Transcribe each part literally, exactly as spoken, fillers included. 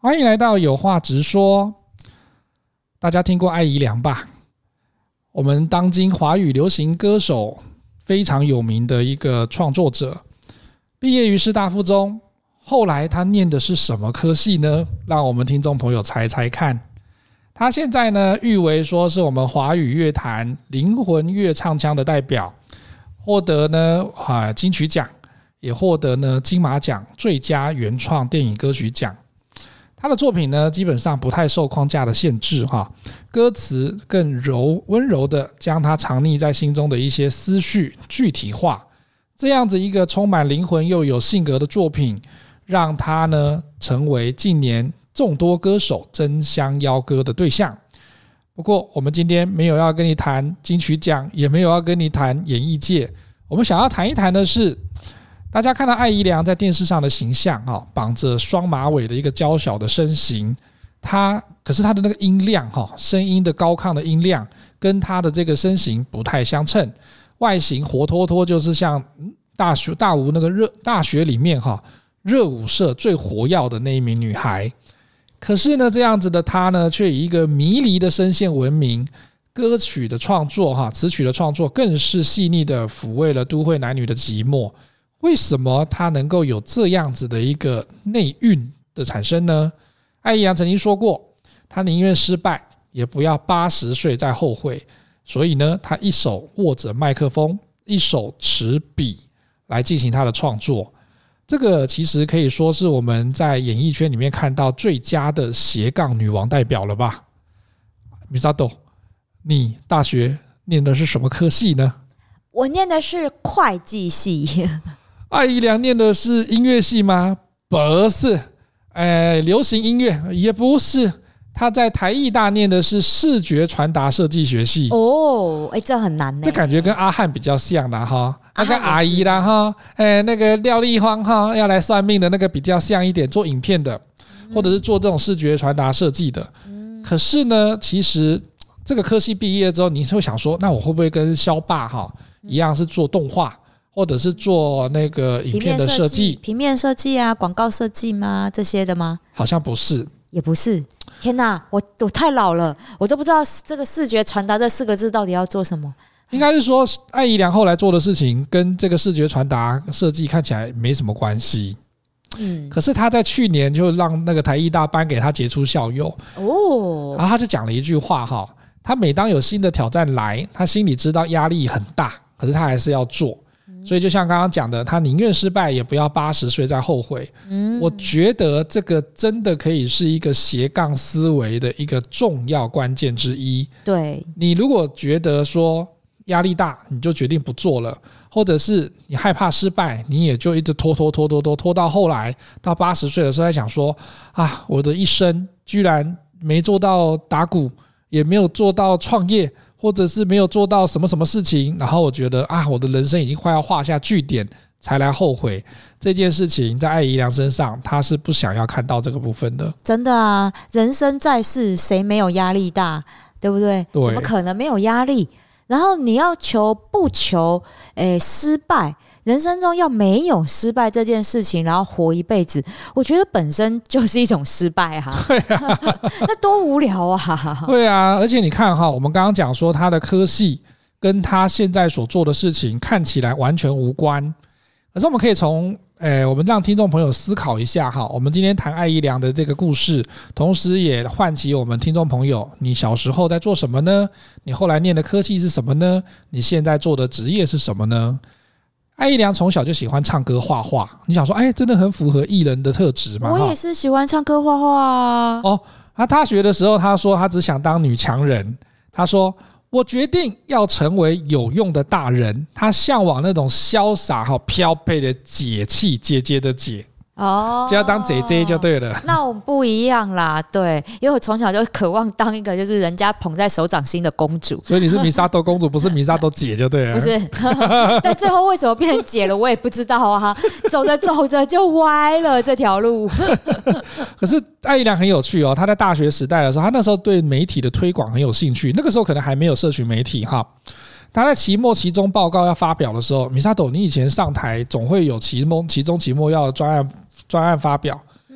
欢迎来到有话直说。大家听过艾怡良吧？我们当今华语流行歌手非常有名的一个创作者，毕业于师大附中，后来他念的是什么科系呢？让我们听众朋友猜猜看。他现在呢，誉为说是我们华语乐坛灵魂乐唱腔的代表，获得呢、啊、金曲奖，也获得呢金马奖最佳原创电影歌曲奖。他的作品呢，基本上不太受框架的限制哈，歌词更柔温柔的将他藏匿在心中的一些思绪具体化，这样子一个充满灵魂又有性格的作品，让他呢成为近年众多歌手争相邀歌的对象。不过我们今天没有要跟你谈金曲奖，也没有要跟你谈演艺界，我们想要谈一谈的是大家看到艾怡良在电视上的形象，绑着双马尾的一个娇小的身形，他可是他的那个音量，声音的高亢的音量跟他的这个身形不太相称，外形活脱脱就是像大学大吴那个热大学里面热舞社最活跃的那一名女孩。可是呢，这样子的她呢，却以一个迷离的声线闻名，歌曲的创作词曲的创作更是细腻的抚慰了都会男女的寂寞。为什么他能够有这样子的一个内蕴的产生呢？艾怡良曾经说过，他宁愿失败也不要八十岁再后悔，所以呢，他一手握着麦克风，一手持笔来进行他的创作。这个其实可以说是我们在演艺圈里面看到最佳的斜杠女王代表了吧。Misato， 你大学念的是什么科系呢？ 我念的是会计系。 艾怡良念的是音乐系吗？不是，呃，流行音乐也不是，他在台艺大念的是视觉传达设计学系。 哦，哎，这很难呢。 这感觉跟阿汉比较像啦哈，那跟阿姨啦哈，哎，那个廖丽芳哈要来算命的那个比较像一点，做影片的，或者是做这种视觉传达设计的。可是呢，其实这个科系毕业之后，你会想说，那我会不会跟肖爸哈一样是做动画？或者是做那个影片的设计， 平面设计啊，广告设计吗？这些的吗？ 好像不是， 也不是。天哪，我我太老了，我都不知道这个视觉传达这四个字到底要做什么。 应该是说，艾怡良后来做的事情跟这个视觉传达设计看起来没什么关系。嗯，可是他在去年就让那个台艺大颁给他杰出校友哦，然后他就讲了一句话哈，他每当有新的挑战来，他心里知道压力很大，可是他还是要做。所以就像刚刚讲的，他宁愿失败也不要八十岁再后悔。嗯，我觉得这个真的可以是一个斜杠思维的一个重要关键之一。 对， 你如果觉得说压力大，你就决定不做了，或者是你害怕失败，你也就一直拖拖拖拖拖拖到后来，到八十岁的时候才想说啊，我的一生居然没做到打鼓，也没有做到创业，或者是没有做到什么什么事情，然后我觉得啊，我的人生已经快要画下句点，才来后悔这件事情。在艾怡良身上，他是不想要看到这个部分的。 真的啊，人生在世，谁没有压力大，对不对？ 对， 怎么可能没有压力？然后你要求不求，诶，失败。人生中要没有失败这件事情，然后活一辈子，我觉得本身就是一种失败哈、啊。对啊，那多无聊啊！ 对啊，而且你看哈，我们刚刚讲说他的科系跟他现在所做的事情看起来完全无关，可是我们可以从诶，我们让听众朋友思考一下哈。我们今天谈艾怡良的这个故事，同时也唤起我们听众朋友，你小时候在做什么呢？你后来念的科系是什么呢？你现在做的职业是什么呢？艾怡良从小就喜欢唱歌画画，你想说哎，真的很符合艺人的特质吗？ 我也是喜欢唱歌画画啊。 哦，他大学的时候他说他只想当女强人，他说我决定要成为有用的大人，他向往那种潇洒好飘配的姐气，姐姐的姐哦，就要当姐姐就对了。 那我不一样啦，对，因为我从小就渴望当一个就是人家捧在手掌心的公主。 所以你是米莎多公主，不是米莎多姐就对了。 不是，但最后为什么变成姐了，我也不知道啊。走着走着就歪了这条路。 可是艾怡良很有趣哦，他在大学时代的时候，他那时候对媒体的推广很有兴趣。那个时候可能还没有社群媒体哈。他在期末、期中报告要发表的时候，米莎朵，你以前上台总会有期末、期中、期末要专案。专案发表，嗯，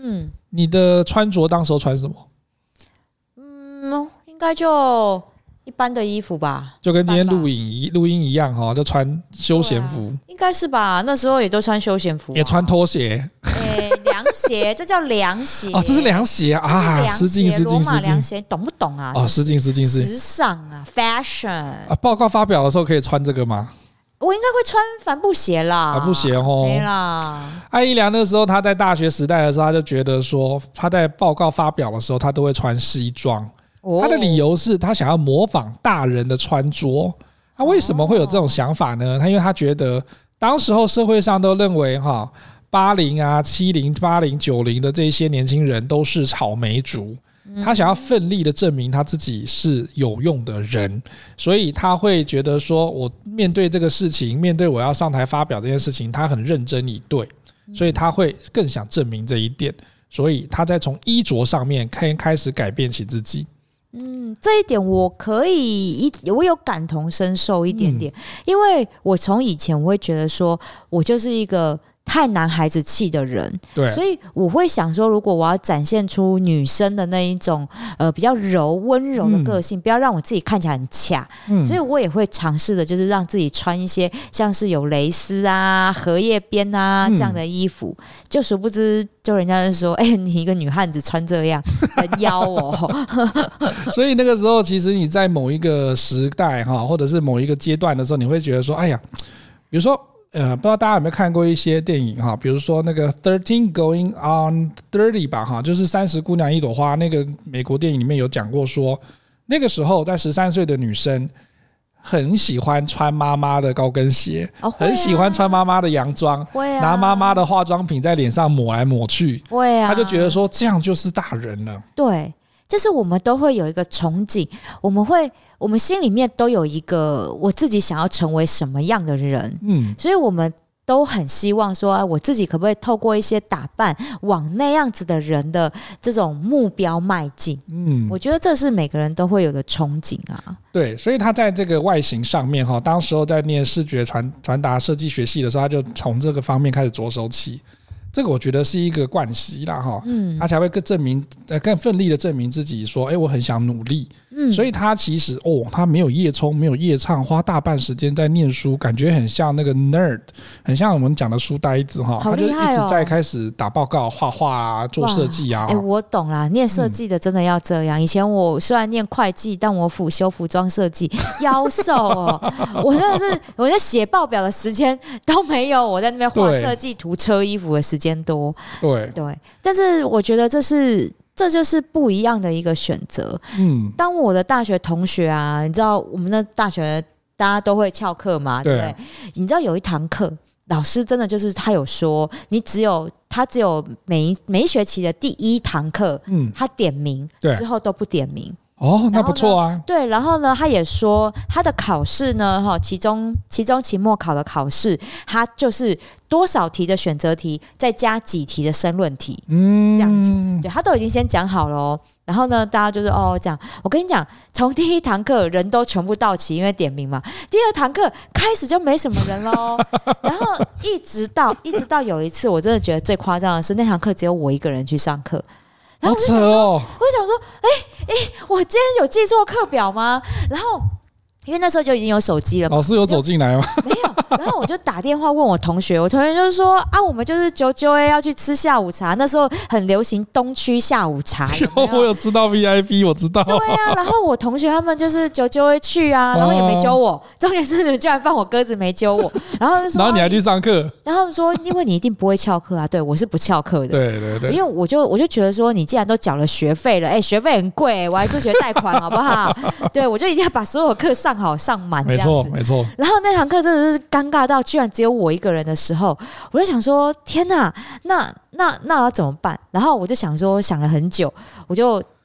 你的穿着当时候穿什么？ 嗯，应该就一般的衣服吧， 就跟今天录影录音一样哈，就穿休闲服、 啊，应该是吧？那时候也都穿休闲服、啊， 也穿拖鞋， 诶、欸，凉鞋，这叫凉鞋哦，这是凉鞋啊，失敬失敬罗马凉鞋，懂不懂啊？ 哦，失敬失敬失敬， 时尚啊 ，fashion 啊，报告发表的时候可以穿这个吗？ 我应该会穿帆布鞋啦， 帆布鞋哦， 没啦。 艾怡良那时候他在大学时代的时候，他就觉得说他在报告发表的时候，他都会穿西装。哦、他的理由是他想要模仿大人的穿着。他为什么会有这种想法呢？他因为他觉得当时候社会上都认为哈八零啊、七零、八零、九零的这些年轻人都是草莓族。他想要奋力的证明他自己是有用的人，所以他会觉得说我面对这个事情，面对我要上台发表这件事情，他很认真以对，所以他会更想证明这一点，所以他在从衣着上面开开始改变起自己。 嗯，这一点我可以，我有感同身受一点点，嗯、因为我从以前我会觉得说我就是一个太男孩子气的人， 对， 所以我会想说，如果我要展现出女生的那一种呃比较柔温柔的个性，嗯、不要让我自己看起来很恰，嗯、所以我也会尝试的，就是让自己穿一些像是有蕾丝啊、荷叶边啊这样的衣服，嗯、就殊不知，就人家就说，哎、欸，你一个女汉子穿这样，很妖哦。 所以那个时候，其实你在某一个时代哈，或者是某一个阶段的时候，你会觉得说，哎呀，比如说。呃，不知道大家有没有看过一些电影哈，比如说那个 thirteen going on thirty 吧哈，就是三十姑娘一朵花，那个美国电影里面有讲过说，那个时候在十三岁的女生很喜欢穿妈妈的高跟鞋，哦啊、很喜欢穿妈妈的洋装，啊、拿妈妈的化妆品在脸上抹来抹去，会啊，她就觉得说这样就是大人了。 对，就是我们都会有一个憧憬，我们会。我们心里面都有一个我自己想要成为什么样的人，嗯，所以我们都很希望说，啊、我自己可不可以透过一些打扮往那样子的人的这种目标迈进？嗯，我觉得这是每个人都会有的憧憬啊。 对，所以他在这个外形上面哈，当时候在念视觉传传达设计学系的时候，他就从这个方面开始着手起。这个我觉得是一个惯习啦哈，嗯，他才会更证明呃更奋力的证明自己说，哎，我很想努力，嗯，所以他其实哦，他没有夜冲，没有夜唱，花大半时间在念书，感觉很像那个 nerd， 很像我们讲的书呆子哈， 好厉害哦， 他就一直在开始打报告、画画啊，做设计啊。 哎，我懂啦，念设计的真的要这样。嗯、以前我虽然念会计，但我辅修服装设计，夭寿哦，我真的是我在写报表的时间都没有我在那边画设计图、车衣服的时间。多对对，但是我觉得这是这就是不一样的一个选择。嗯，当我的大学同学啊，你知道我们的大学大家都会翘课嘛，对不对？你知道有一堂课，老师真的就是他有说，你只有他只有每一每一学期的第一堂课，嗯，他点名，之后都不点名。 哦，那不错啊。 对，然后呢，他也说他的考试呢，哈，期中、期中、期末考的考试，他就是多少题的选择题，再加几题的申论题，嗯，这样子，对，他都已经先讲好了哦。然后呢，大家就是哦，讲，我跟你讲，从第一堂课人都全部到齐，因为点名嘛。第二堂课开始就没什么人喽，然后一直到一直到有一次，我真的觉得最夸张的是那堂课只有我一个人去上课。然后我就想说，哦、我就想说，哎、欸、哎、欸，我今天有记错课表吗？然后因为那时候就已经有手机了嘛， 老师有走进来吗？ 没有。然后我就打电话问我同学，我同学就是说啊，我们就是九九 A 要去吃下午茶，那时候很流行东区下午茶，有没有？ 我有吃到 V I P， 我知道。 对啊，然后我同学他们就是九九 A 去啊，然后也没揪我，哦、重点是你们居然放我鸽子没揪我，然后就说， 然后你还去上课， 然后他们说，因为你一定不会翘课啊，对我是不翘课的， 对对对， 因为我就我就觉得说，你既然都缴了学费了，哎、欸，学费很贵、欸，我还助学贷款好不好？对，我就一定要把所有课上好上满， 没错没错。 然后那堂课真的是尴尬到，居然只有我一个人的时候，我就想说，天哪，那那那要怎么办？然后我就想说，想了很久，我就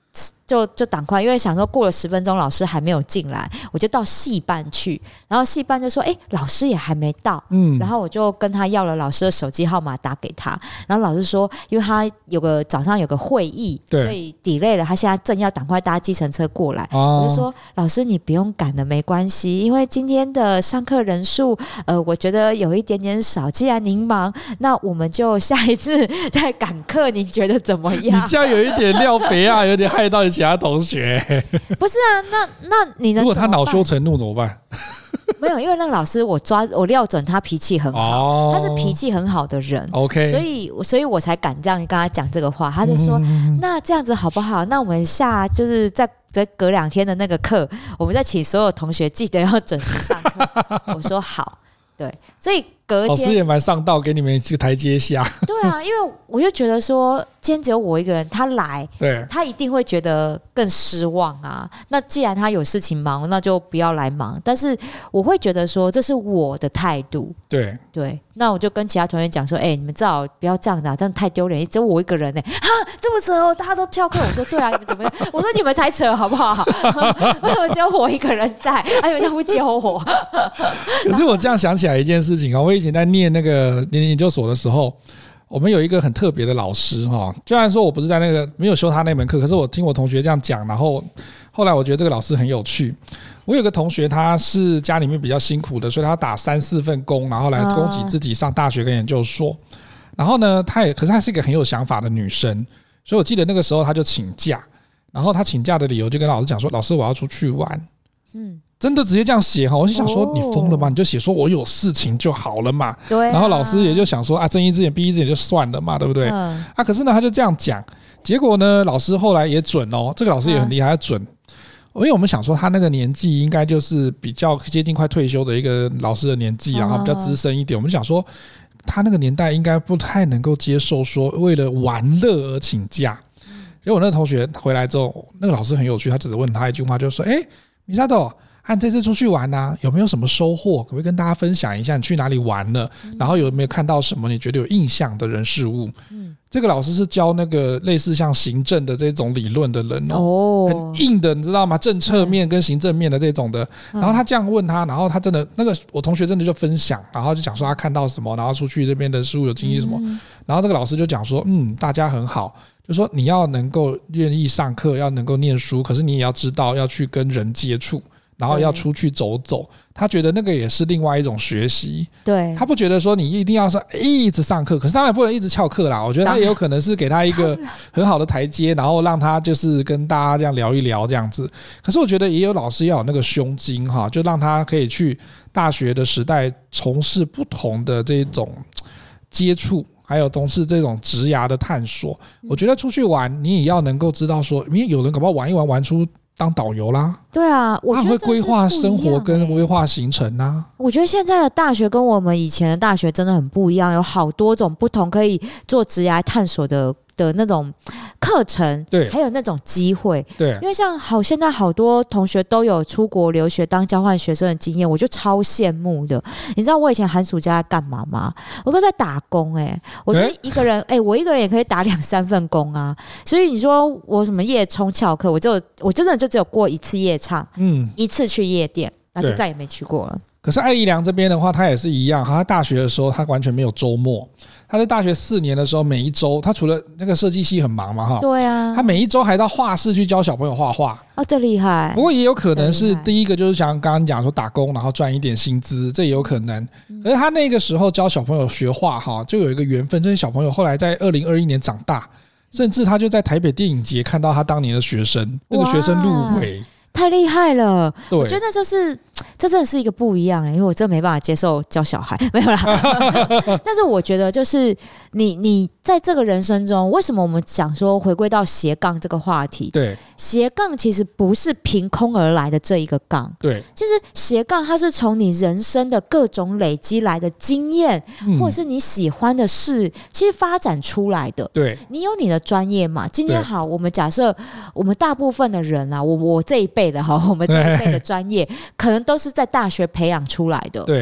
就就赶快，因为想说过了十分钟老师还没有进来，我就到系办去，然后系办就说：“哎、欸，老师也还没到。”嗯，然后我就跟他要了老师的手机号码打给他，然后老师说，因为他有个早上有个会议，所以 delay 了，他现在正要赶快搭计程车过来。哦、我就说：“老师你不用赶了，没关系，因为今天的上课人数，呃，我觉得有一点点少。既然您忙，那我们就下一次再赶课，您觉得怎么样？” 你这样有一点料别啊，有点害到其他同学。 不是啊，那那你能如果他恼羞成怒怎么办？ 没有，因为那个老师我抓我料准他脾气很好，哦、他是脾气很好的人 ，OK， 所以所以我才敢这样跟他讲这个话。他就说：“嗯、那这样子好不好？那我们下就是在在隔两天的那个课，我们再请所有同学记得要准时上课。”我说好，对，所以隔天老师也蛮上道，给你们一个台阶下。 对啊，因为我就觉得说，今天只有我一个人，他来， 对， 他一定会觉得更失望啊。那既然他有事情忙，那就不要来忙。但是我会觉得说，这是我的态度。 对对，那我就跟其他同学讲说，哎、欸，你们最好不要这样子啊，真的太丢脸，只有我一个人呢、欸。哈，这么扯哦，大家都翘课。我说对啊，你们怎么样？我说你们才扯好不好？为什么只有我一个人在？哎呦，他不教我。 可是我这样想起来一件事情啊，我以前在念那个念研究所的时候，我们有一个很特别的老师哈。虽然说我不是在那个没有修他那门课，可是我听我同学这样讲，然后后来我觉得这个老师很有趣。我有个同学，他是家里面比较辛苦的，所以他打三四份工，然后来供给自己上大学跟研究所。然后呢，他也可是她是一个很有想法的女生，所以我记得那个时候他就请假，然后他请假的理由就跟老师讲说：“老师，我要出去玩。”嗯。真的直接这样写哈，我就想说你疯了吗？你就写说我有事情就好了嘛。 对、啊。 然后老师也就想说啊，睁一只眼闭一只眼就算了嘛，对不对？嗯、啊，可是呢，他就这样讲，结果呢，老师后来也准哦，这个老师也很厉害，他准。因为我们想说他那个年纪应该就是比较接近快退休的一个老师的年纪，然后比较资深一点，我们想说他那个年代应该不太能够接受说为了玩乐而请假。结果我那个同学回来之后，那个老师很有趣，他只是问他一句话，就说：“哎，米沙斗。”啊，你这次出去玩啊，有没有什么收获？可不可以跟大家分享一下？你去哪里玩了？嗯、然后有没有看到什么你觉得有印象的人事物？嗯，这个老师是教那个类似像行政的这种理论的人 哦, 哦，很硬的，你知道吗？政策面跟行政面的这种的。嗯、然后他这样问他，然后他真的那个我同学真的就分享，然后就讲说他看到什么，然后出去这边的事物有经历什么。嗯、然后这个老师就讲说，嗯，大家很好。就说你要能够愿意上课，要能够念书，可是你也要知道要去跟人接触。然后要出去走走，他觉得那个也是另外一种学习。对，他不觉得说你一定要是一直上课，可是当然不能一直翘课啦。我觉得他也有可能是给他一个很好的台阶，然后让他就是跟大家这样聊一聊这样子。可是我觉得也有老师要有那个胸襟哈，就让他可以去大学的时代从事不同的这种接触。还有同事这种职涯的探索，我觉得出去玩你也要能够知道说，因为有人搞不好玩一玩玩出当导游啦。对啊，我觉得他会规划生活跟规划行程啊。我觉得现在的大学跟我们以前的大学真的很不一样，有好多种不同可以做职涯探索的的那种课程，对，还有那种机会，对，因为像好现在好多同学都有出国留学当交换学生的经验，我就超羡慕的。你知道我以前寒暑假在干嘛吗？我都在打工哎、欸，我就一个人哎、欸，我一个人也可以打两三份工啊。所以你说我什么夜冲翘课，我就我真的就只有过一次夜唱，嗯，一次去夜店，那就再也没去过了。可是艾怡良这边的话，他也是一样，他大学的时候他完全没有周末。他在大学四年的时候，每一周他除了那个设计系很忙嘛，哈，对啊，他每一周还到画室去教小朋友画画。哦，这厉害！不过也有可能是第一个就是像刚刚讲说打工，然后赚一点薪资，这也有可能。可是他那个时候教小朋友学画，哈，就有一个缘分，这些小朋友后来在二零二一年长大，甚至他就在台北电影节看到他当年的学生，那个学生入围。太厉害了！我觉得就是这真的是一个不一样、欸、因为我真的没办法接受教小孩，没有啦。但是我觉得就是你你在这个人生中，为什么我们讲说回归到斜杠这个话题？对，斜杠其实不是凭空而来的这一个杠，对，其实斜杠它是从你人生的各种累积来的经验，嗯、或者是你喜欢的事，其实发展出来的。对，你有你的专业嘛？今天好，我们假设我们大部分的人啊，我我这一辈的哈，我们这一辈的专业可能都是在大学培养出来的。对，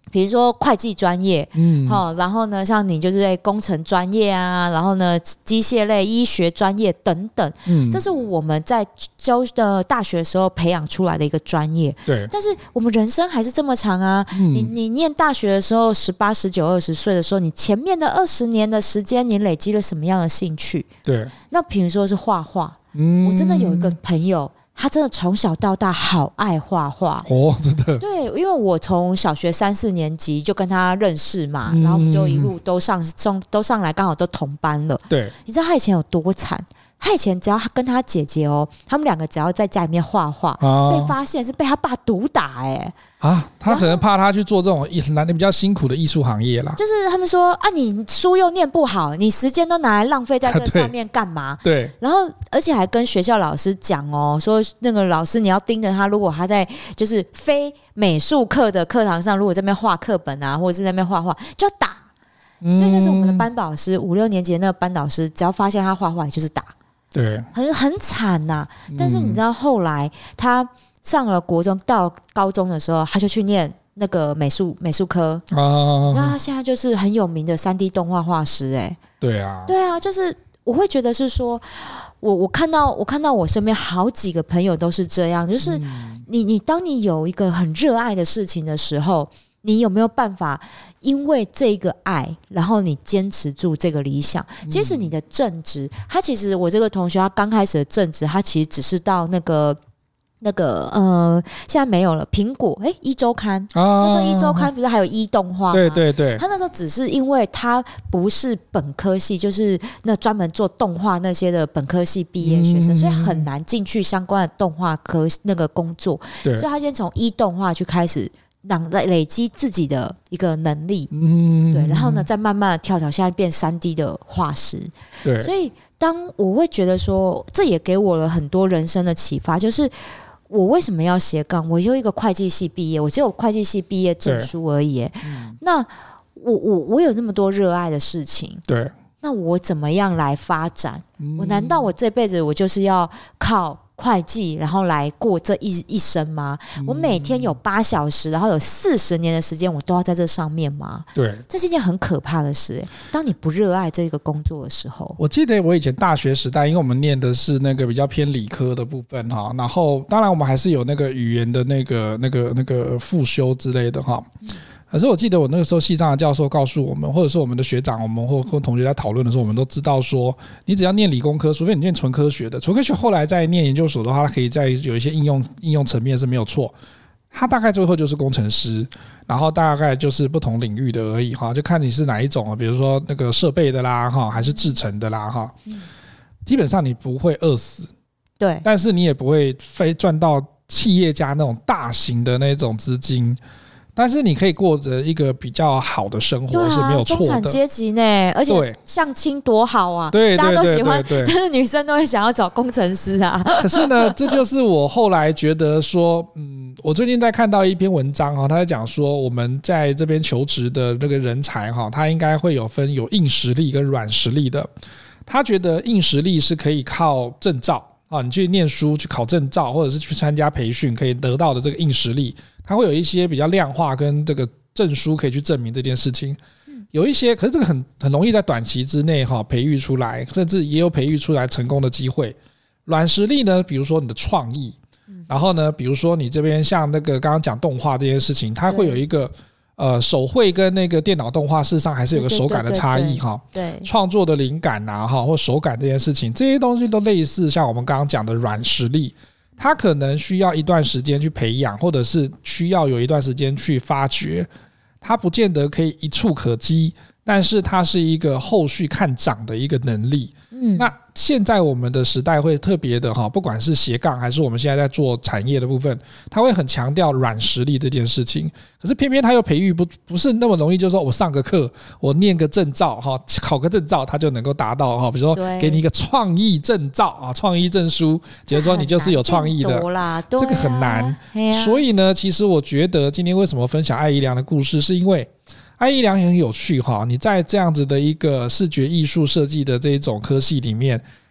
比如说会计专业， 嗯， 好，然后呢，像你就是在工程专业啊，然后呢，机械类、医学专业等等，嗯，这是我们在教的大学的时候培养出来的一个专业。 对， 但是我们人生还是这么长啊，嗯、你你念大学的时候，十八、十九、二十岁的时候，你前面的二十年的时间，你累积了什么样的兴趣？ 对， 那比如说是画画，嗯，我真的有一个朋友。他真的从小到大好爱画画哦，真的。 对，因为我从小学三四年级就跟他认识嘛，嗯、然后我们就一路都上上都上来，刚好都同班了。 对， 你知道他以前有多惨？他以前只要跟他姐姐哦，他们两个只要在家里面画画，啊、被发现是被他爸毒打哎、欸。 啊，他可能怕他去做这种男的比较辛苦的艺术行业啦。 就是他们说啊，你书又念不好，你时间都拿来浪费在这上面干嘛？ 对。 然后，而且还跟学校老师讲哦，说那个老师你要盯着他，如果他在就是非美术课的课堂上，如果在那边画课本啊，或者是在那边画画，就要打。嗯、所以那是我们的班导师，五六年级的那个班导师，只要发现他画画，就是打。对，很很惨呐、啊。但是你知道后来他。上了国中到高中的时候，他就去念那个美术美术科啊，你知道他现在就是很有名的 三 D 动画画师哎、欸， 对啊， 对啊，就是我会觉得是说，我我看到我看到我身边好几个朋友都是这样，就是你你当你有一个很热爱的事情的时候，你有没有办法因为这个爱，然后你坚持住这个理想？即使你的正职，他其实我这个同学他刚开始的正职，他其实只是到那个。那个呃，现在没有了。苹果哎，一周刊、啊、那时候一周刊不是还有一动画吗？ 对对对， 他那时候只是因为他不是本科系，就是那专门做动画那些的本科系毕业学生，嗯、所以很难进去相关的动画科那个工作。所以他先从一动画去开始。让累积自己的一个能力，嗯，对，然后呢，再慢慢的跳槽，现在变 三 D 的画师，对，所以当我会觉得说，这也给我了很多人生的启发，就是我为什么要斜杠？我就一个会计系毕业，我只有会计系毕业证书而已，嗯、那我我我有那么多热爱的事情，对，那我怎么样来发展？嗯、我难道我这辈子我就是要靠？会计，然后来过这一一生吗？嗯、我每天有八小时，然后有四十年的时间，我都要在这上面吗？对，这是一件很可怕的事。当你不热爱这个工作的时候， 我记得我以前大学时代，因为我们念的是那个比较偏理科的部分哈，然后当然我们还是有那个语言的那个那个那个复修之类的哈。嗯可是我记得我那个时候系上的教授告诉我们，或者是我们的学长，我们或或同学在讨论的时候，我们都知道说，你只要念理工科，除非你念纯科学的，纯科学后来在念研究所的话，它可以在有一些应用应用层面是没有错。它大概最后就是工程师，然后大概就是不同领域的而已哈，就看你是哪一种啊，比如说那个设备的啦哈，还是制程的啦哈，基本上你不会饿死，对，但是你也不会非赚到企业家那种大型的那种资金。但是你可以过着一个比较好的生活是没有错的，中产阶级呢，而且相亲多好啊，对，大家都喜欢，就是女生都会想要找工程师啊。 可是呢，这就是我后来觉得说，嗯，我最近在看到一篇文章哈，他在讲说我们在这边求职的那个人才哈，他应该会有分有硬实力跟软实力的。他觉得硬实力是可以靠证照啊，你去念书去考证照，或者是去参加培训可以得到的这个硬实力。它会有一些比较量化跟这个证书可以去证明这件事情，有一些可是这个很很容易在短期之内哈培育出来，甚至也有培育出来成功的机会。软实力呢，比如说你的创意，然后呢，比如说你这边像那个刚刚讲动画这件事情，它会有一个呃手绘跟那个电脑动画，事实上还是有个手感的差异哈。对，创作的灵感呐哈或手感这件事情，这些东西都类似像我们刚刚讲的软实力。它可能需要一段时间去培养，或者是需要有一段时间去发掘，它不见得可以一触可及，但是它是一个后续看涨的一个能力。嗯，那现在我们的时代会特别的哈，不管是斜杠还是我们现在在做产业的部分，它会很强调软实力这件事情。可是偏偏它又培育不不是那么容易，就是说我上个课，我念个证照哈，考个证照，它就能够达到哈。比如说给你一个创意证照啊，创意证书，比如说你就是有创意的，这个很难。所以呢，其实我觉得今天为什么分享艾怡良的故事，是因为艾怡良很有趣哈，你在这样子的一个视觉艺术设计的这种科系里面，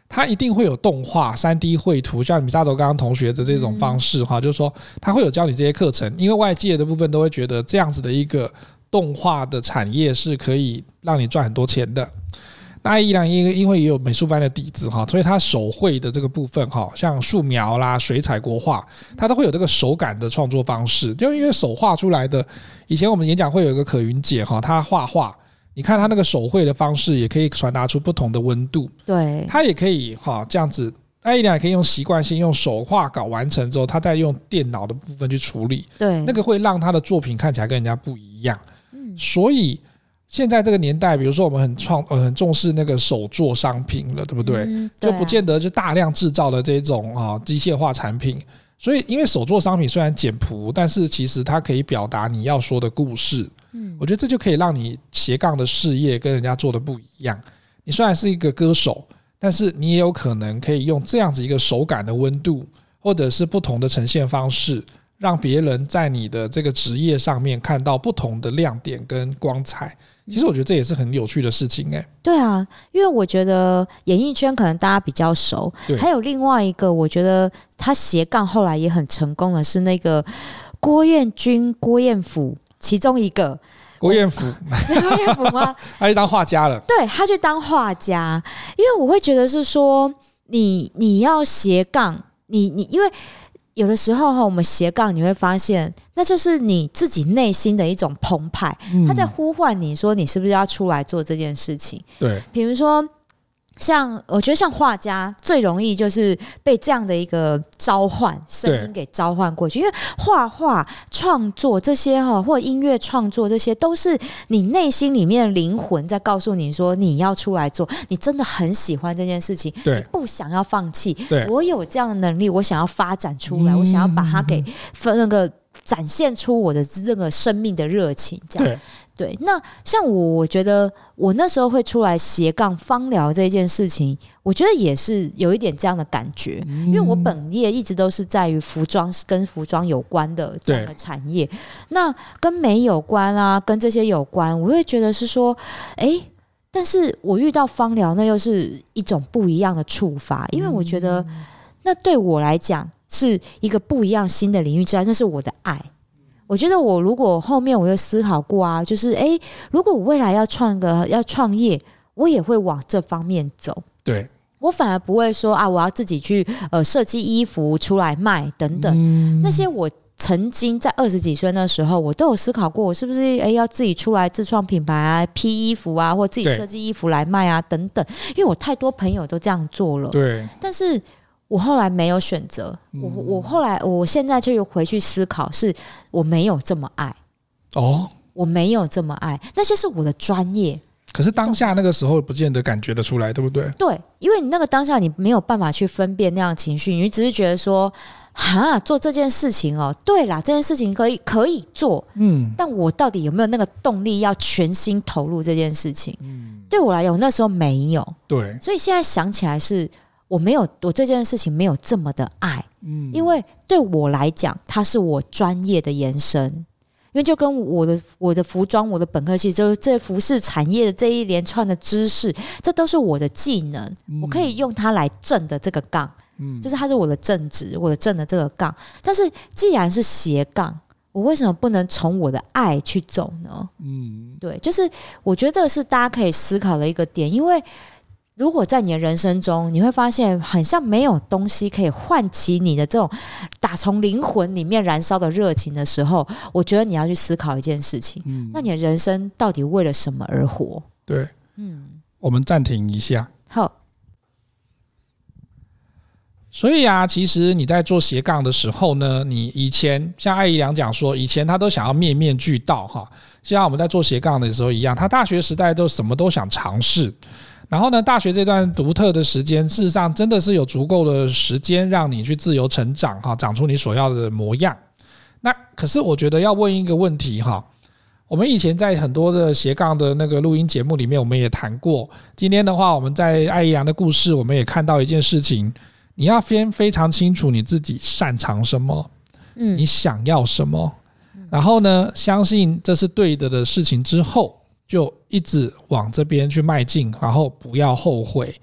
它一定会有动画 三 D 绘图，像米萨头刚刚同学的这种方式、嗯、就是说它会有教你这些课程，因为外界的部分都会觉得这样子的一个动画的产业是可以让你赚很多钱的。那爱姨良因为也有美术班的底子，所以他手绘的这个部分像素描啦、水彩、国画，它都会有这个手感的创作方式，就因为手画出来的。以前我们演讲会有一个可云姐，她画画，你看他那个手绘的方式也可以传达出不同的温度， 对， 他也可以这样子，爱姨良也可以用习惯性用手画稿完成之后，他再用电脑的部分去处理， 对， 那个会让他的作品看起来跟人家不一样。嗯、所以现在这个年代，比如说我们很创、呃、很重视那个手作商品了，对不对？嗯、对啊、就不见得就大量制造的这种啊机械化产品。所以因为手作商品虽然简朴，但是其实它可以表达你要说的故事。嗯，我觉得这就可以让你斜杠的事业跟人家做的不一样。你虽然是一个歌手，但是你也有可能可以用这样子一个手感的温度，或者是不同的呈现方式，让别人在你的这个职业上面看到不同的亮点跟光彩。其实我觉得这也是很有趣的事情、欸、 对啊，因为我觉得演艺圈可能大家比较熟，还有另外一个我觉得他斜杠后来也很成功的是那个郭彦均、郭彦甫其中一个。 郭彦甫是郭彦甫吗？ 他去当画家了。 对，他去当画家，因为我会觉得是说你你要斜杠，你你因为有的时候我们斜杠你会发现那就是你自己内心的一种澎湃、嗯、他在呼唤你说你是不是要出来做这件事情。 对， 比如说像我觉得像画家最容易就是被这样的一个召唤声音给召唤过去，因为画画创作这些或者音乐创作这些都是你内心里面的灵魂在告诉你说你要出来做，你真的很喜欢这件事情，你不想要放弃，我有这样的能力，我想要发展出来、嗯、我想要把它给分那个展现出我的这个生命的热情，这样。对，那像我我觉得我那时候会出来斜杠芳疗这件事情，我觉得也是有一点这样的感觉、嗯、因为我本业一直都是在于服装跟服装有关的这样的产业，那跟美有关啊，跟这些有关，我会觉得是说哎，但是我遇到芳疗那又是一种不一样的触发，因为我觉得那对我来讲是一个不一样新的领域之外，那是我的爱。我觉得我如果后面我有思考过啊，就是哎，如果我未来要创个要创业，我也会往这方面走。 对， 我反而不会说啊，我要自己去呃设计衣服出来卖等等、嗯、那些我曾经在二十几岁那时候，我都有思考过，我是不是哎要自己出来自创品牌啊，批衣服啊，或自己设计衣服来卖啊等等，因为我太多朋友都这样做了。 对， 但是我后来没有选择，我我后来我现在就回去思考，是我没有这么爱哦， 我没有这么爱，那些是我的专业。 可是当下那个时候不见得感觉得出来，对不对？ 对，因为你那个当下你没有办法去分辨那样的情绪，你只是觉得说，哈，做这件事情哦，对啦，这件事情可以可以做，嗯，但我到底有没有那个动力要全心投入这件事情？嗯，对我来讲，我那时候没有， 对， 所以现在想起来是。我没有，我这件事情没有这么的爱，嗯，因为对我来讲，它是我专业的延伸，因为就跟我的我的服装，我的本科系，就是这服饰产业的这一连串的知识，这都是我的技能，嗯、我可以用它来正的这个杠，嗯，就是它是我的正职，我的正的这个杠。但是既然是斜杠，我为什么不能从我的爱去走呢？嗯，对，就是我觉得这个是大家可以思考的一个点，因为。如果在你的人生中你会发现很像没有东西可以唤起你的这种打从灵魂里面燃烧的热情的时候，我觉得你要去思考一件事情、嗯、那你的人生到底为了什么而活？ 对，嗯，我们暂停一下。 好， 所以啊，其实你在做斜杠的时候呢，你以前像爱姨良讲说，以前他都想要面面俱到哈，像我们在做斜杠的时候一样，他大学时代都什么都想尝试。然后呢，大学这段独特的时间，事实上真的是有足够的时间让你去自由成长哈，长出你所要的模样。那可是我觉得要问一个问题哈，我们以前在很多的斜杠的那个录音节目里面，我们也谈过。今天的话，我们在爱姨良的故事，我们也看到一件事情，你要非非常清楚你自己擅长什么，嗯，你想要什么，然后呢，相信这是对的的事情之后。就一直往这边去迈进，然后不要后悔，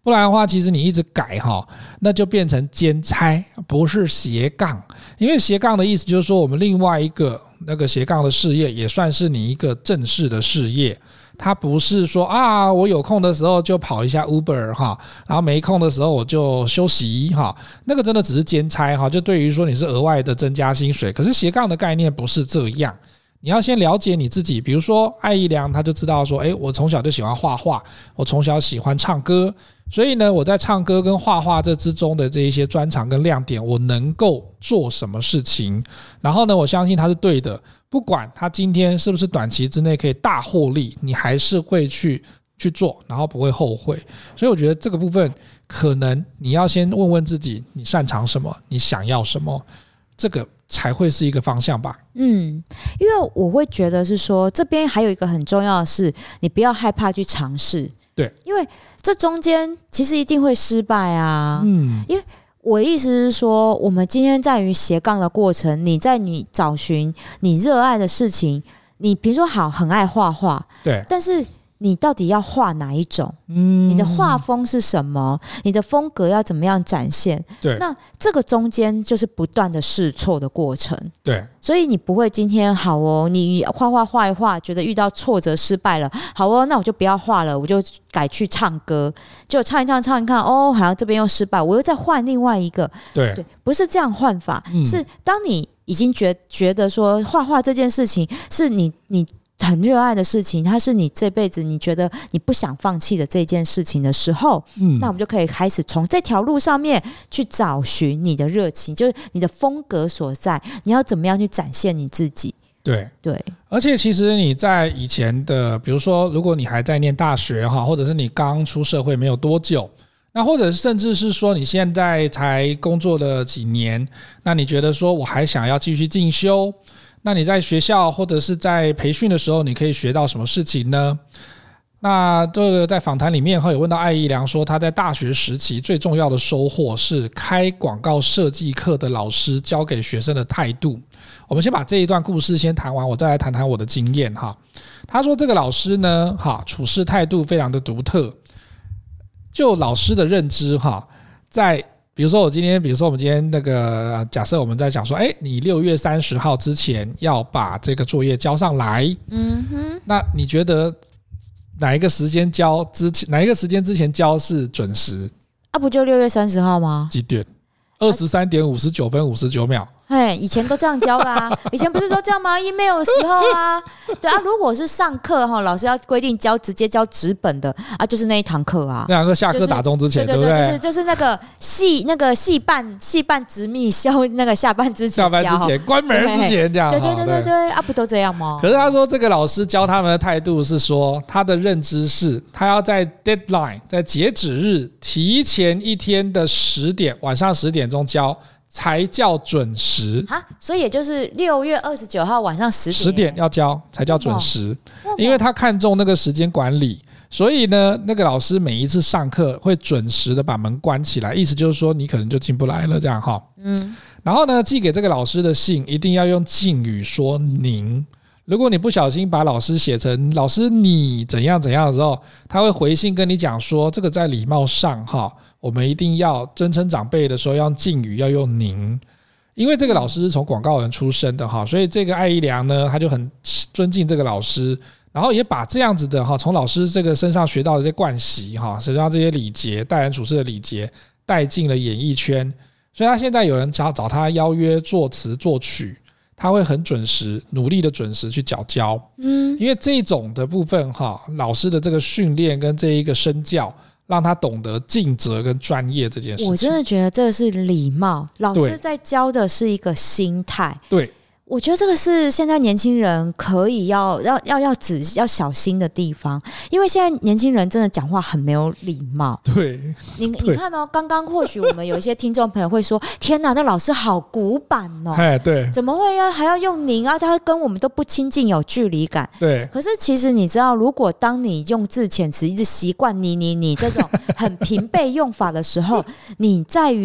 不然的话其实你一直改哈，那就变成兼差，不是斜杠。因为斜杠的意思就是说我们另外一个那个斜杠的事业也算是你一个正式的事业，它不是说啊我有空的时候就跑一下 Uber 哈，然后没空的时候我就休息哈，那个真的只是兼差哈，就对于说你是额外的增加薪水。可是斜杠的概念不是这样，你要先了解你自己。比如说艾怡良他就知道说，诶，我从小就喜欢画画，我从小喜欢唱歌，所以呢我在唱歌跟画画这之中的这一些专长跟亮点，我能够做什么事情，然后呢我相信他是对的，不管他今天是不是短期之内可以大获利，你还是会去去做，然后不会后悔。所以我觉得这个部分可能你要先问问自己，你擅长什么，你想要什么，这个才会是一个方向吧。 嗯，因为我会觉得是说，这边还有一个很重要的是，你不要害怕去尝试。 对， 因为这中间其实一定会失败啊。 嗯， 因为我的意思是说，我们今天在于斜杠的过程，你在你找寻你热爱的事情，你比如说好很爱画画， 对， 但是你到底要画哪一种？ 嗯， 你的画风是什么？你的风格要怎么样展现？ 对， 那这个中间就是不断的试错的过程。 对， 所以你不会今天好哦，你画画画一画，觉得遇到挫折失败了，好哦，那我就不要画了，我就改去唱歌，就唱一唱唱一唱，哦，好像这边又失败，我又再换另外一个。 对， 对，不是这样换法， 嗯， 是当你已经觉觉得说画画这件事情是你你。很热爱的事情，它是你这辈子你觉得你不想放弃的这件事情的时候，嗯，那我们就可以开始从这条路上面去找寻你的热情，就是你的风格所在，你要怎么样去展现你自己。 对对， 而且其实你在以前的，比如说如果你还在念大学哈，或者是你刚出社会没有多久，那或者甚至是说你现在才工作了几年，那你觉得说我还想要继续进修，那你在学校或者是在培训的时候，你可以学到什么事情呢？那这个在访谈里面有问到艾怡良说，他在大学时期最重要的收获是开广告设计课的老师教给学生的态度。我们先把这一段故事先谈完，我再来谈谈我的经验哈。他说这个老师呢，哈，处事态度非常的独特。就老师的认知哈，在比如说我今天，比如说我们今天那个假设我们在讲说，哎，你六月三十号之前要把这个作业交上来，嗯哼，那你觉得哪一个时间交之前，哪一个时间之前交是准时？ 啊，不就六月三十号吗？ 几点？二十三点五十九分五十九秒。 嘿，以前都这样教的啊，以前不是都这样吗 ？email 的时候啊，对啊，如果是上课哈，老师要规定交直接交纸本的啊，就是那一堂课啊， 那堂课下课打钟之前， 就是、 对不对？ 就是就是那个系那个系办系办直密修那个下班之前， 下班之前关门之前这样， 对对对对对，啊，不都这样吗？ 可是他说这个老师教他们的态度是说，他的认知是他要在 deadline 在截止日提前一天的十点晚上十点钟交。才叫准时啊，所以也就是六月二十九号晚上十点， 十点要交才叫准时，因为他看重那个时间管理，所以呢，那个老师每一次上课会准时的把门关起来，意思就是说你可能就进不来了，这样哈。嗯，然后呢，寄给这个老师的信一定要用敬语说您。如果你不小心把老师写成老师你怎样怎样的时候，他会回信跟你讲说，这个在礼貌上哈，我们一定要尊称长辈的时候要用敬语，要用您。因为这个老师是从广告人出身的哈，所以这个艾怡良呢，他就很尊敬这个老师，然后也把这样子的哈，从老师这个身上学到的这些惯习哈，身上这些礼节、待人处事的礼节带进了演艺圈。所以他现在有人找找他邀约作词作曲，他会很准时努力的准时去缴交，嗯，因为这种的部分哈，老师的这个训练跟这一个身教，让他懂得尽责跟专业这件事情。 我真的觉得这是礼貌，老师在教的是一个心态。对，我觉得这个是现在年轻人可以要要要要仔要小心的地方，因为现在年轻人真的讲话很没有礼貌。 对， 你你看哦，刚刚或许我们有一些听众朋友会说：“天哪，那老师好古板哦！” 哎，对， 怎么会要还要用您啊？他跟我们都不亲近，有距离感。 对。 可是其实你知道，如果当你用字遣词一直习惯你你你这种很平辈用法的时候，你在于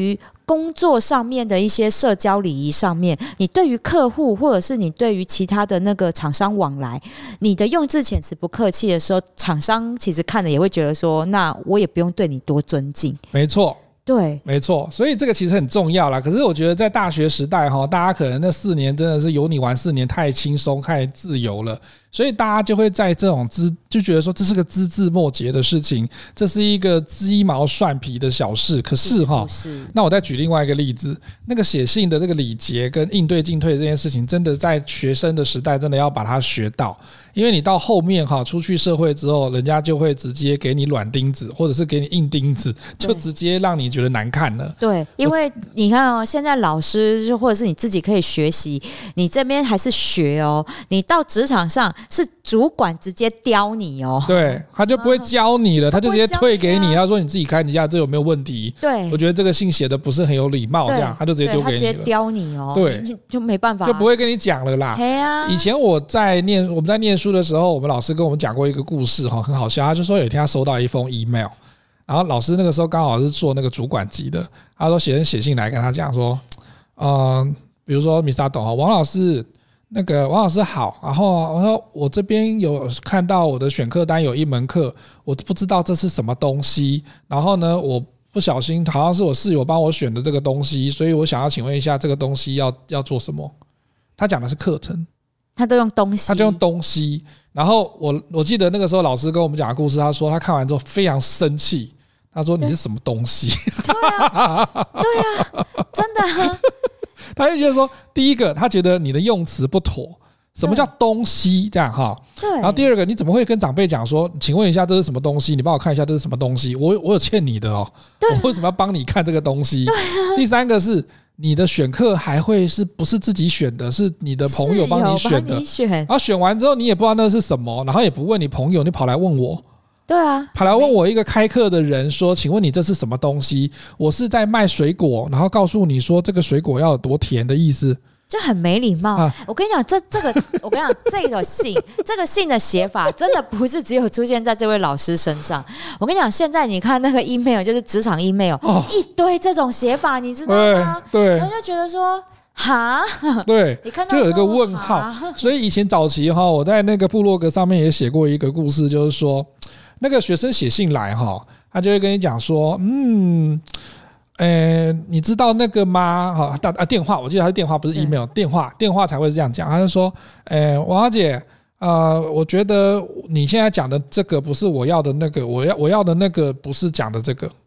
工作上面的一些社交礼仪上面，你对于客户或者是你对于其他的那个厂商往来，你的用字遣词不客气的时候，厂商其实看了也会觉得说，那我也不用对你多尊敬。 没错。 对， 没错，所以这个其实很重要啦。可是我觉得在大学时代哈，大家可能那四年真的是有你玩四年太轻松太自由了，所以大家就会在这种资就觉得说这是个枝枝末节的事情，这是一个鸡毛蒜皮的小事。可是哈，那我再举另外一个例子，那个写信的这个礼节跟应对进退这件事情，真的在学生的时代真的要把它学到，因为你到后面哈出去社会之后，人家就会直接给你软钉子，或者是给你硬钉子，就直接让你觉得难看了。 对，因为你看哦，现在老师就或者是你自己可以学习，你这边还是学哦，你到职场上是主管直接刁你哦， 对，他就不会教你了，他就直接退给你，他说你自己看一下这有没有问题。 对， 我觉得这个信写的不是很有礼貌，这样他就直接丢给你了，他直接刁你哦， 对， 就, 就没办法， 就不会跟你讲了啦。 啊、 以前我在念我们在念书的时候，我们老师跟我们讲过一个故事哈，很好笑。他就说有一天他收到一封 email， 然后老师那个时候刚好是做那个主管级的，他说学生写信来跟他讲说，呃，比如说米萨董王老师。那个王老师好，然后我说我这边有看到我的选课单有一门课，我不知道这是什么东西，然后呢我不小心好像是我室友帮我选的这个东西，所以我想要请问一下这个东西要要做什么。他讲的是课程， 他都用东西， 他就用东西。然后我我记得那个时候老师跟我们讲的故事，他说他看完之后非常生气，他说你是什么东西？ 对啊，对啊，真的啊。 他就觉得说，第一个，他觉得你的用词不妥，什么叫东西这样哈？ 对。 然后第二个，你怎么会跟长辈讲说，请问一下这是什么东西？你帮我看一下这是什么东西？我我有欠你的哦， 对啊、 我为什么要帮你看这个东西？ 对啊。 第三个是你的选课还会是不是自己选的？是你的朋友帮你选的， 选然后选完之后你也不知道那是什么，然后也不问你朋友，你跑来问我。 对啊， 跑来问我一个开课的人说，请问你这是什么东西？我是在卖水果，然后告诉你说这个水果要有多甜的意思， 就很没礼貌、啊、我跟你讲这这个我跟你讲这个信这个信的写法真的不是只有出现在这位老师身上。我跟你讲现在你看那个 email 就是职场 email、哦、一堆这种写法你知道吗？ 对， 然后就觉得说哈， 对， 你看到就有一个问号。所以以前早期哈，我在那个部落格上面也写过一个故事，就是说那个学生写信来哈，他就会跟你讲说，嗯，呃，你知道那个吗？哈，啊，电话，我记得他是电话，不是 email， 电话，电话才会是这样讲。他就说，呃，王小姐，呃，我觉得你现在讲的这个不是我要的那个，我要我要的那个不是讲的这个。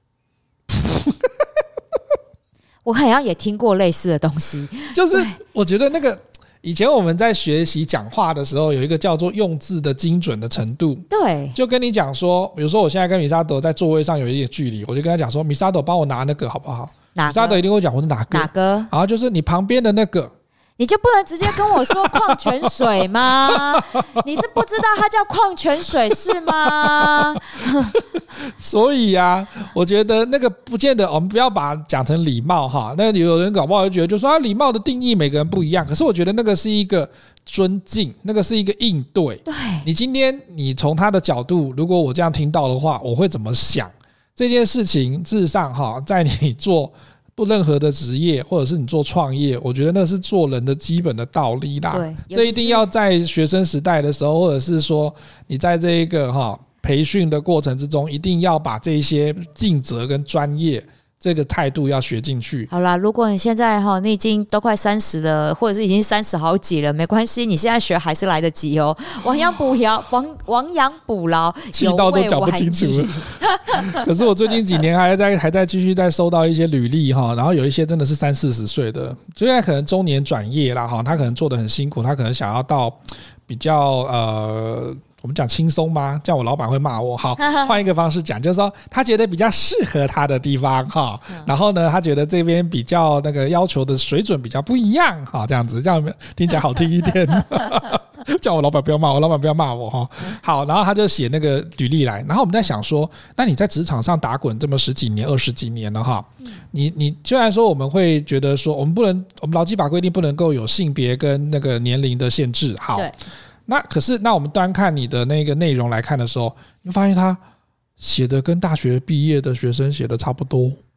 我好像也听过类似的东西， 就是我觉得那个。以前我们在学习讲话的时候，有一个叫做用字的精准的程度。 对， 就跟你讲说，比如说我现在跟米沙德在座位上有一点距离，我就跟他讲说，米沙德帮我拿那个好不好？米沙德一定会讲我是哪个？ 哪个？ 然后就是你旁边的那个。 你就不能直接跟我说矿泉水吗？你是不知道它叫矿泉水是吗？ 所以啊，我觉得那个不见得，我们不要把它讲成礼貌哈。那有人搞不好就觉得，就说啊，礼貌的定义每个人不一样。可是我觉得那个是一个尊敬，那个是一个应对。 对， 你今天你从他的角度，如果我这样听到的话，我会怎么想？这件事情事实上哈，在你做。不任何的职业或者是你做创业，我觉得那是做人的基本的道理啦。这一定要在学生时代的时候，或者是说你在这一个哈培训的过程之中，一定要把这些尽责跟专业这个态度要学进去。 好啦，如果你现在哈你已经都快三十了，或者是已经三十好几了，没关系，你现在学还是来得及哦。亡羊补牢，亡亡羊补牢， 气到都讲不清楚了。可是我最近几年还在还在继续在收到一些履历哈，然后有一些真的是三四十岁的，现在可能中年转业啦哈，他可能做得很辛苦，他可能想要到比较呃。我们讲轻松吗？这样我老板会骂我。好，换一个方式讲，就是说他觉得比较适合他的地方哈，然后呢，他觉得这边比较那个要求的水准比较不一样哈，这样子这样听起来好听一点。叫我老板不要骂我，老板不要骂我哈。好，然后他就写那个履历来，然后我们在想说，那你在职场上打滚这么十几年、二十几年了哈，你你虽然说我们会觉得说，我们不能，我们劳基法规定不能够有性别跟那个年龄的限制，好。那可是，那我们单看你的那个内容来看的时候，你会发现他写的跟大学毕业的学生写的差不多。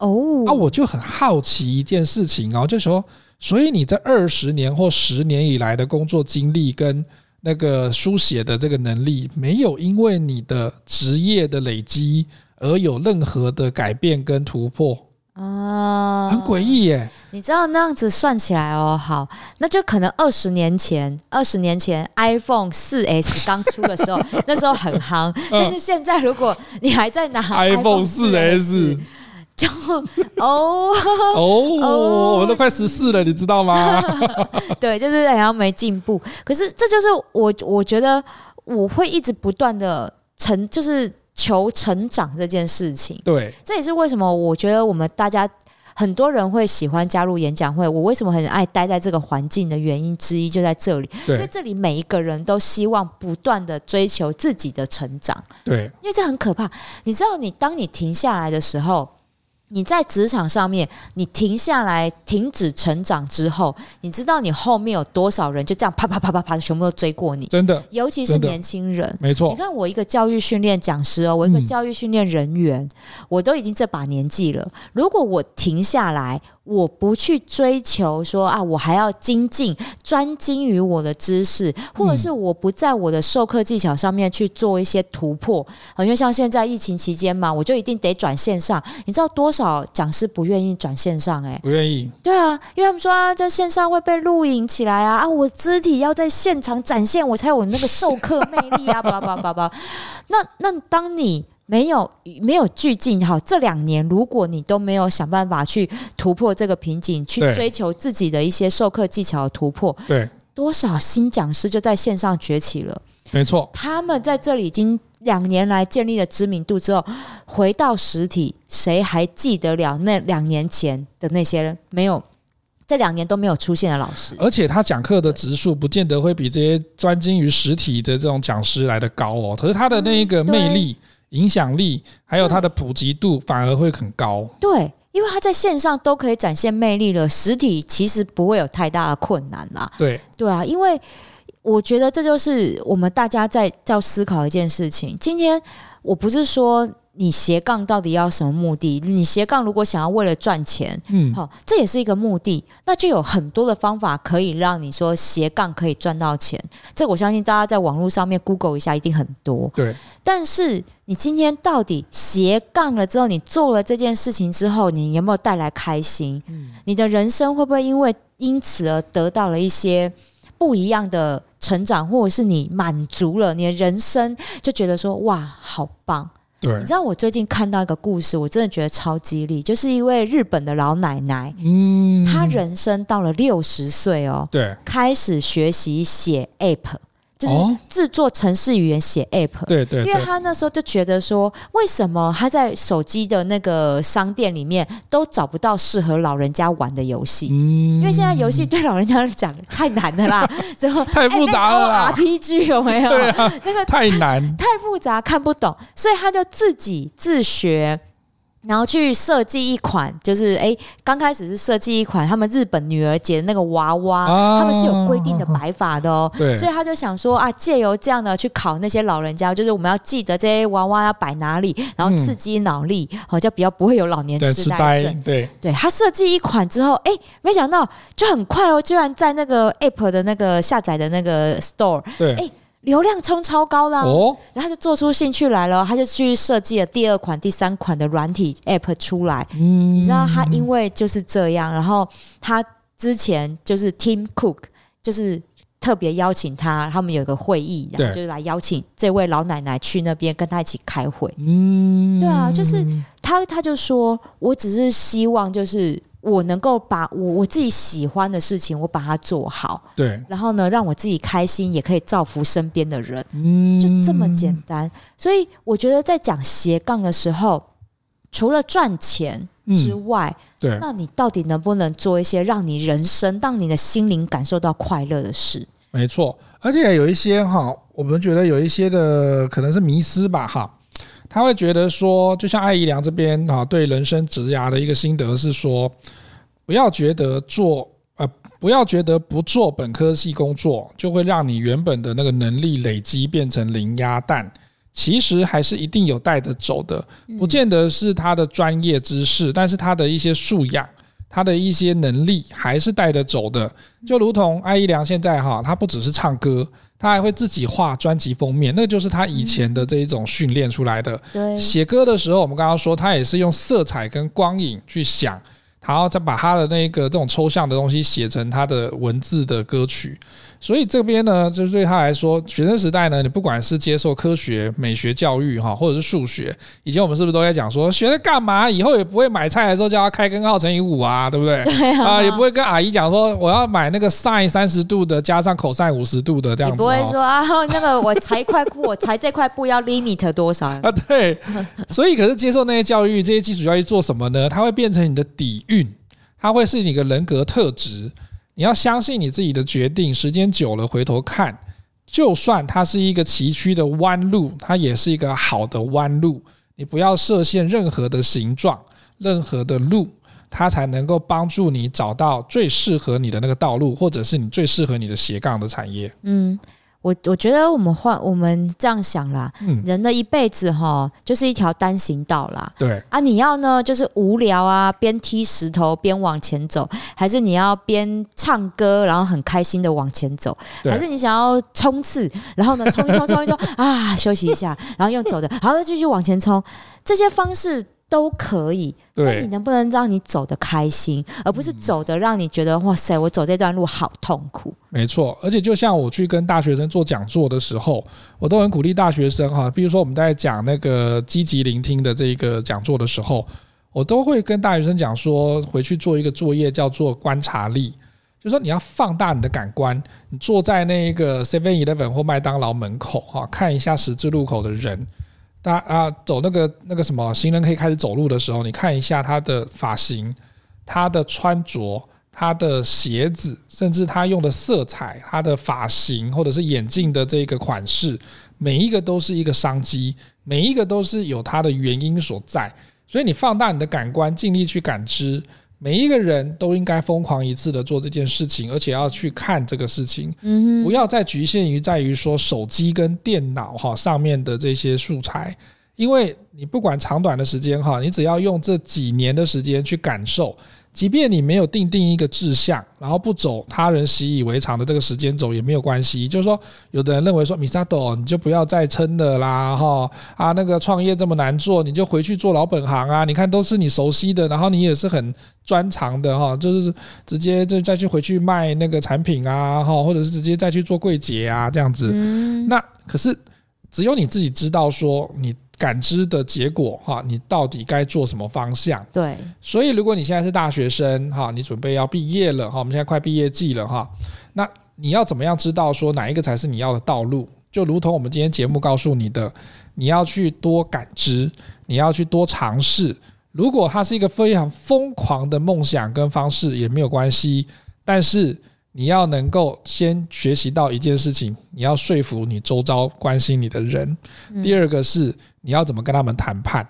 哦， 啊，我就很好奇一件事情哦，就是说，所以你这二十年或十年以来的工作经历跟那个书写的这个能力，没有因为你的职业的累积而有任何的改变跟突破啊，很诡异耶。 你知道那样子算起来哦，好，那就可能二十年前，二十年前 iPhone 四 S 刚出的时候，那时候很夯，但是现在如果你还在拿 iPhone 四 S。 就哦哦，我们都快十四了，你知道吗？ 对，就是好像没进步。可是这就是我，我觉得我会一直不断的成，就是求成长这件事情。 对， 这也是为什么我觉得我们大家很多人会喜欢加入演讲会，我为什么很爱待在这个环境的原因之一就在这里。因为这里每一个人都希望不断的追求自己的成长。 对， 因为这很可怕。你知道，你当你停下来的时候。你在职场上面，你停下来、停止成长之后，你知道你后面有多少人就这样啪啪啪啪啪全部都追过你？ 真的， 尤其是年轻人， 没错。 你看我一个教育训练讲师哦，我一个教育训练人员，嗯、我都已经这把年纪了。如果我停下来，我不去追求说啊，我还要精进、专精于我的知识，或者是我不在我的授课技巧上面去做一些突破。因为像现在疫情期间嘛，我就一定得转线上。你知道多少讲师不愿意转线上、欸？哎， 不愿意。 对啊，因为他们说啊，这线上会被录影起来啊，啊，我肢体要在现场展现，我才有那个授课魅力啊，叭叭叭叭。那那当你没有没有聚进好，这两年如果你都没有想办法去突破这个瓶颈，去追求自己的一些授课技巧的突破， 对， 多少新讲师就在线上崛起了。 没错， 他们在这里已经两年来建立了知名度之后，回到实体，谁还记得了那两年前的那些人？没有。这两年都没有出现的老师， 而且他讲课的质数不见得会比这些专精于实体的这种讲师来的高哦，可是他的那一个魅力、嗯、影响力还有他的普及度反而会很高。 对，因为他在线上都可以展现魅力了，实体其实不会有太大的困难啦。 对对啊，因为我觉得这就是我们大家在在思考一件事情。今天我不是说你斜杠到底要什么目的？你斜杠如果想要为了赚钱，嗯，好，这也是一个目的，那就有很多的方法可以让你说斜杠可以赚到钱。这我相信大家在网络上面 Google 一下一定很多。 对， 但是你今天到底斜杠了之后，你做了这件事情之后，你有没有带来开心？嗯，你的人生会不会因为因此而得到了一些不一样的成长，或者是你满足了你的人生，就觉得说哇，好棒。你知道我最近看到一个故事，我真的觉得超激励，就是一位日本的老奶奶，嗯，她人生到了六十岁哦， 对， 开始学习写 app。就是制作程式语言写 app， 对对， 因为他那时候就觉得说，为什么他在手机的那个商店里面都找不到适合老人家玩的游戏？嗯，因为现在游戏对老人家讲太难了啦，之后太复杂了啦 ，R P G 有没有？ 对啊，那个太难、 太复杂，看不懂，所以他就自己自学。然后去设计一款，就是哎，刚开始是设计一款他们日本女儿节的那个娃娃，啊、他们是有规定的摆法的哦。 对， 所以他就想说啊，借由这样的去考那些老人家，就是我们要记得这些娃娃要摆哪里，然后刺激脑力，好、嗯，就比较不会有老年痴呆症。 对， 对他设计一款之后，哎，没想到就很快哦，居然在那个 App 的那个下载的那个 Store， 对，哎。流量冲超高啦、哦，然后他就做出兴趣来了，他就去设计了第二款、第三款的软体 App 出来。嗯，你知道他因为就是这样，然后他之前就是 Tim Cook 就是特别邀请他，他们有个会议，然后就是来邀请这位老奶奶去那边跟他一起开会。嗯，对啊，就是他他就说，我只是希望就是。我能够把我我自己喜欢的事情，我把它做好， 对， 然后呢，让我自己开心，也可以造福身边的人，嗯，就这么简单。所以我觉得在讲斜杠的时候，除了赚钱之外，嗯、对，那你到底能不能做一些让你人生、让你的心灵感受到快乐的事？ 没错，而且有一些哈，我们觉得有一些的可能是迷思吧，哈。他会觉得说，就像艾怡良这边啊，对人生职涯的一个心得是说，不要觉得做呃，不要觉得不做本科系工作就会让你原本的那个能力累积变成零鸭蛋。 其实还是一定有带得走的，不见得是他的专业知识，但是他的一些素养，他的一些能力还是带得走的。就如同艾怡良现在哈，他不只是唱歌，他还会自己画专辑封面，那就是他以前的这一种训练出来的。 对， 写歌的时候，我们刚刚说他也是用色彩跟光影去想，然后再把他的那个这种抽象的东西写成他的文字的歌曲。所以这边呢，就是对他来说，学生时代呢，你不管是接受科学、美学教育哈，或者是数学，以前我们是不是都在讲说，学它干嘛？以后也不会买菜的时候叫他开根号乘以五啊，对不对？ 对啊， 啊，也不会跟阿姨讲说，我要买那个 sin 三十度的加上 cos 五十度的这样子。 你不会说啊，那个我裁一块布，我裁这块布要 limit 多少啊？对，所以可是接受那些教育，这些基础教育做什么呢？它会变成你的底蕴，它会是你的人格特质。你要相信你自己的决定，时间久了回头看，就算它是一个崎岖的弯路，它也是一个好的弯路。你不要设限任何的形状，任何的路，它才能够帮助你找到最适合你的那个道路，或者是你最适合你的斜杠的产业。 嗯，我我觉得我们换我们这样想啦， 嗯、 人的一辈子哈，就是一条单行道啦。 对啊，你要呢就是无聊啊，边踢石头边往前走，还是你要边唱歌然后很开心的往前走，还是你想要冲刺，然后呢冲一冲冲一冲啊休息一下，然后又走的，然后又继续往前冲，这些方式都可以。那你能不能让你走得开心，而不是走得让你觉得哇塞，我走这段路好痛苦。 没错，而且就像我去跟大学生做讲座的时候，我都很鼓励大学生哈，比如说我们在讲那个积极聆听的这个讲座的时候，我都会跟大学生讲说，回去做一个作业叫做观察力，就是说你要放大你的感官，你坐在那个 seven eleven 或麦当劳门口哈，看一下十字路口的人。大家啊，走那个那个什么行人可以开始走路的时候，你看一下他的发型、他的穿着、他的鞋子，甚至他用的色彩、他的发型或者是眼镜的这个款式，每一个都是一个商机，每一个都是有它的原因所在。所以你放大你的感官，尽力去感知。每一个人都应该疯狂一次的做这件事情，而且要去看这个事情，嗯、不要再局限于在于说手机跟电脑上面的这些素材，因为你不管长短的时间，你只要用这几年的时间去感受，即便你没有定定一个志向，然后不走他人习以为常的这个时间走也没有关系。就是说有的人认为说米萨多你就不要再撑了啦哈啊，那个创业这么难做，你就回去做老本行啊，你看都是你熟悉的，然后你也是很专长的哈，就是直接就再去回去卖那个产品啊哈，或者是直接再去做柜姐啊这样子。嗯、那可是只有你自己知道说你感知的结果哈，你到底该做什么方向？对，所以如果你现在是大学生哈，你准备要毕业了哈，我们现在快毕业季了哈，那你要怎么样知道说哪一个才是你要的道路？就如同我们今天节目告诉你的，你要去多感知，你要去多尝试。如果它是一个非常疯狂的梦想跟方式也没有关系，但是你要能够先学习到一件事情，你要说服你周遭关心你的人。嗯、第二个是你要怎么跟他们谈判。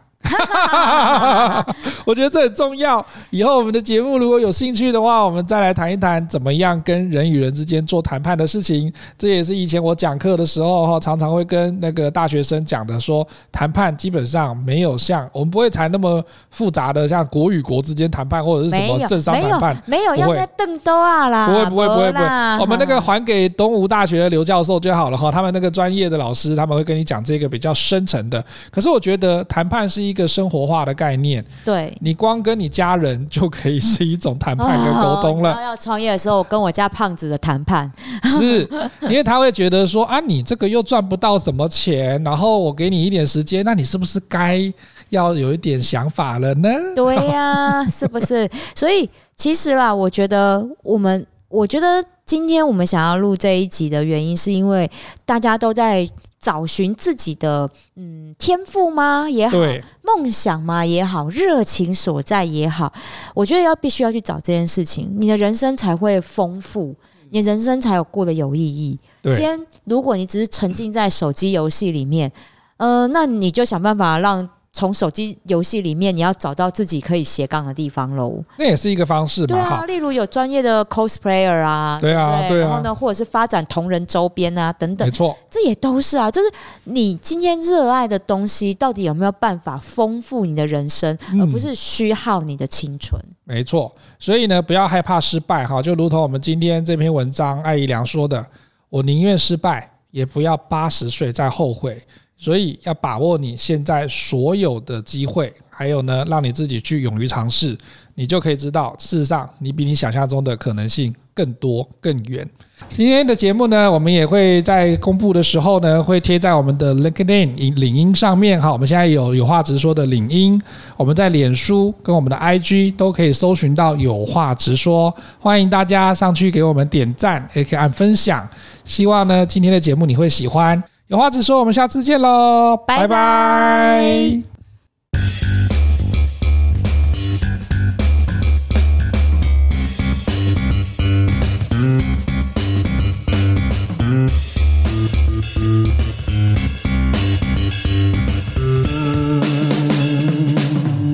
我觉得这很重要，以后我们的节目如果有兴趣的话，我们再来谈一谈怎么样跟人与人之间做谈判的事情。这也是以前我讲课的时候常常会跟那个大学生讲的，说谈判基本上没有像我们不会谈那么复杂的，像国与国之间谈判或者是什么政商谈判， 没有没有要那邓多啊啦， 不会不会不会不会，我们那个还给东吴大学的刘教授就好了哈，他们那个专业的老师他们会跟你讲这个比较深层的。可是我觉得谈判是一个生活化的概念，对，你光跟你家人就可以是一种谈判跟沟通了。 哦、要创业的时候，我跟我家胖子的谈判是因为他会觉得说啊，你这个又赚不到什么钱，然后我给你一点时间，那你是不是该要有一点想法了呢？ 对呀、啊，是不是？所以其实啦，我觉得我们，我觉得今天我们想要录这一集的原因，是因为大家都在找寻自己的嗯天赋吗也好，梦想吗也好，热情所在也好，我觉得要必须要去找这件事情，你的人生才会丰富，你的人生才有过得有意义。今天如果你只是沉浸在手机游戏里面，呃，那你就想办法让从手机游戏里面你要找到自己可以斜杠的地方咯。 那也是一个方式嘛。 对啊，例如有专业的 cosplayer 啊， 对啊， 对, 对啊， 然后呢，或者是发展同人周边啊等等， 没错， 这也都是啊，就是你今天热爱的东西到底有没有办法丰富你的人生，嗯、而不是虚耗你的青春。 没错，所以呢，不要害怕失败哈，就如同我们今天这篇文章艾怡良说的，我宁愿失败，也不要八十岁再后悔。所以要把握你现在所有的机会，还有呢，让你自己去勇于尝试，你就可以知道，事实上你比你想象中的可能性更多更远。今天的节目呢，我们也会在公布的时候呢，会贴在我们的 LinkedIn 领英上面哈。我们现在有有话直说的领英，我们在脸书跟我们的 I G 都可以搜寻到有话直说，欢迎大家上去给我们点赞，也可以按分享。希望呢，今天的节目你会喜欢。有话直说，我们下次见喽，拜拜。